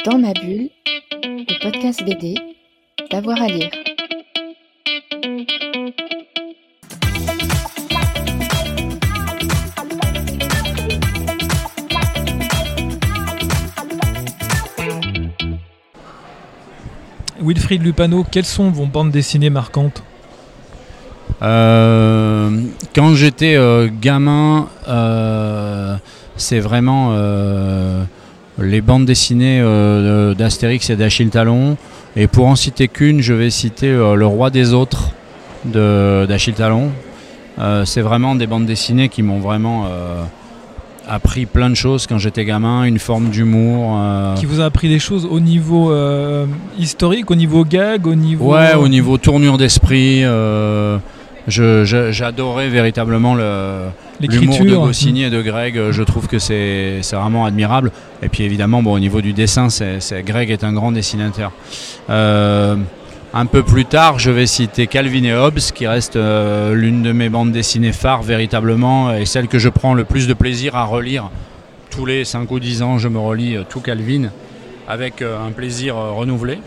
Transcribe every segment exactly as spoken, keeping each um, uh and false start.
Dans ma bulle, le podcast B D, d'avoir à lire. Wilfried Lupano, quelles sont vos bandes dessinées marquantes ? Euh, quand j'étais euh, gamin, euh, c'est vraiment euh, les bandes dessinées euh, d'Astérix et d'Achille Talon. Et pour en citer qu'une, je vais citer euh, Le Roi des Autres de, d'Achille Talon. Euh, c'est vraiment des bandes dessinées qui m'ont vraiment euh, appris plein de choses quand j'étais gamin, une forme d'humour. Euh... Qui vous a appris des choses au niveau euh, historique, au niveau gag, au niveau... Ouais, au niveau tournure d'esprit. Euh... Je, je, j'adorais véritablement le, l'humour de Goscinny et de Greg. Je trouve que c'est, c'est vraiment admirable. Et puis évidemment, bon, au niveau du dessin, c'est, c'est, Greg est un grand dessinateur. Euh, un peu plus tard, je vais citer Calvin et Hobbes, qui reste euh, l'une de mes bandes dessinées phares véritablement, et celle que je prends le plus de plaisir à relire. Tous les cinq ou dix ans, je me relis euh, tout Calvin, avec euh, un plaisir euh, renouvelé.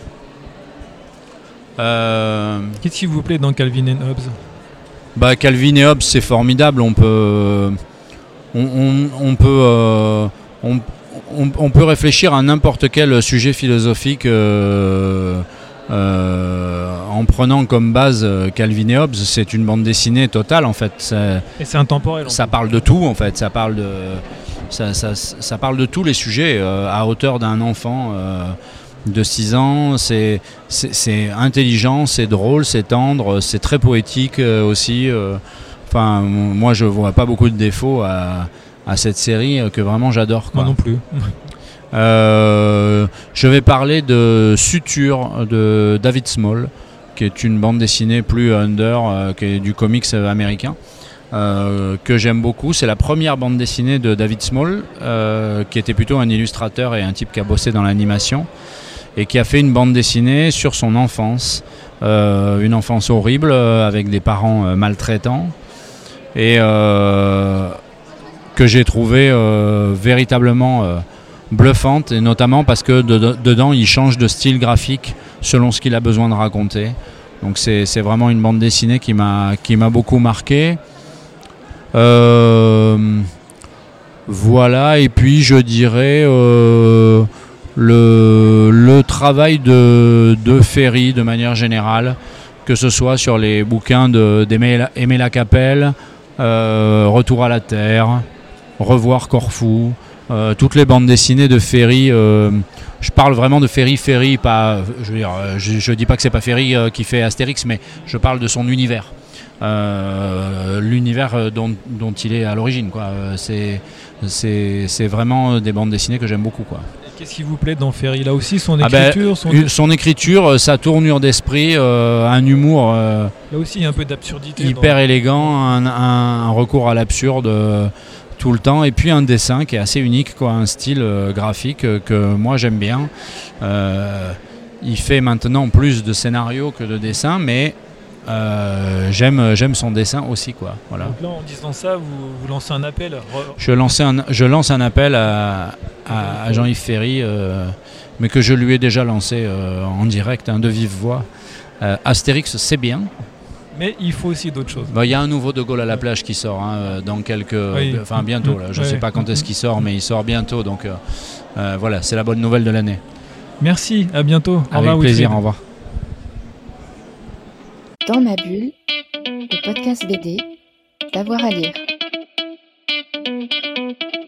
Euh... Qu'est-ce qui vous plaît dans Calvin et Hobbes ? Bah, Calvin et Hobbes, c'est formidable. On peut, on, on, on peut, euh, on, on, on peut réfléchir à n'importe quel sujet philosophique euh, euh, en prenant comme base Calvin et Hobbes. C'est une bande dessinée totale en fait. C'est, et c'est intemporel. Ça parle de tout en fait. Ça parle de, ça, ça, ça parle de tous les sujets euh, à hauteur d'un enfant. Euh, de six ans, c'est, c'est, c'est intelligent, c'est drôle, c'est tendre, c'est très poétique euh, aussi. Euh, enfin, moi je vois pas beaucoup de défauts à, à cette série euh, que vraiment j'adore, quoi. Moi non plus. euh, je vais parler de Suture de David Small, qui est une bande dessinée plus under, euh, qui est du comics américain. Euh, que j'aime beaucoup. C'est la première bande dessinée de David Small, euh, qui était plutôt un illustrateur et un type qui a bossé dans l'animation, et qui a fait une bande dessinée sur son enfance, euh, une enfance horrible, euh, avec des parents euh, maltraitants, et euh, que j'ai trouvé euh, véritablement euh, bluffante, et notamment parce que de, de, dedans il change de style graphique selon ce qu'il a besoin de raconter. Donc c'est, c'est vraiment une bande dessinée qui m'a, qui m'a beaucoup marqué. Euh, voilà, et puis je dirais euh, le, le travail de, de Ferry de manière générale, que ce soit sur les bouquins de, d'Aimé Lacapelle, euh, Retour à la Terre, Revoir Corfou, euh, toutes les bandes dessinées de Ferry. Euh, je parle vraiment de Ferry, Ferry, pas, je veux dire, je, je dis pas que c'est pas Ferry euh, qui fait Astérix, mais je parle de son univers. Euh, l'univers dont, dont il est à l'origine, quoi. C'est, c'est, c'est vraiment des bandes dessinées que j'aime beaucoup, quoi. Et qu'est-ce qui vous plaît dans Ferry ? Là aussi, son écriture, ah ben, son... son écriture, sa tournure d'esprit, euh, un humour euh, là aussi il y a un peu d'absurdité, hyper dans... élégant, un, un, un recours à l'absurde euh, tout le temps, et puis un dessin qui est assez unique, quoi, un style euh, graphique euh, que moi j'aime bien. Euh, il fait maintenant plus de scénarios que de dessins, mais Euh, j'aime, j'aime son dessin aussi, quoi. Voilà. Donc là, en disant ça, vous, vous lancez un appel. Je, lançais un, je lance un appel à, à, à Jean-Yves Ferry, euh, mais que je lui ai déjà lancé euh, en direct, hein, de vive voix. Euh, Astérix, c'est bien. Mais il faut aussi d'autres choses. Bah, y a un nouveau De Gaulle à la plage qui sort hein, dans quelques, oui. enfin bientôt. Là. Je ne oui. sais pas quand est-ce qu'il sort, mais il sort bientôt. Donc euh, euh, voilà, c'est la bonne nouvelle de l'année. Merci, à bientôt. Au Avec revoir, plaisir, Wilfried. au revoir. Dans ma bulle, le podcast B D, d'avoir à lire.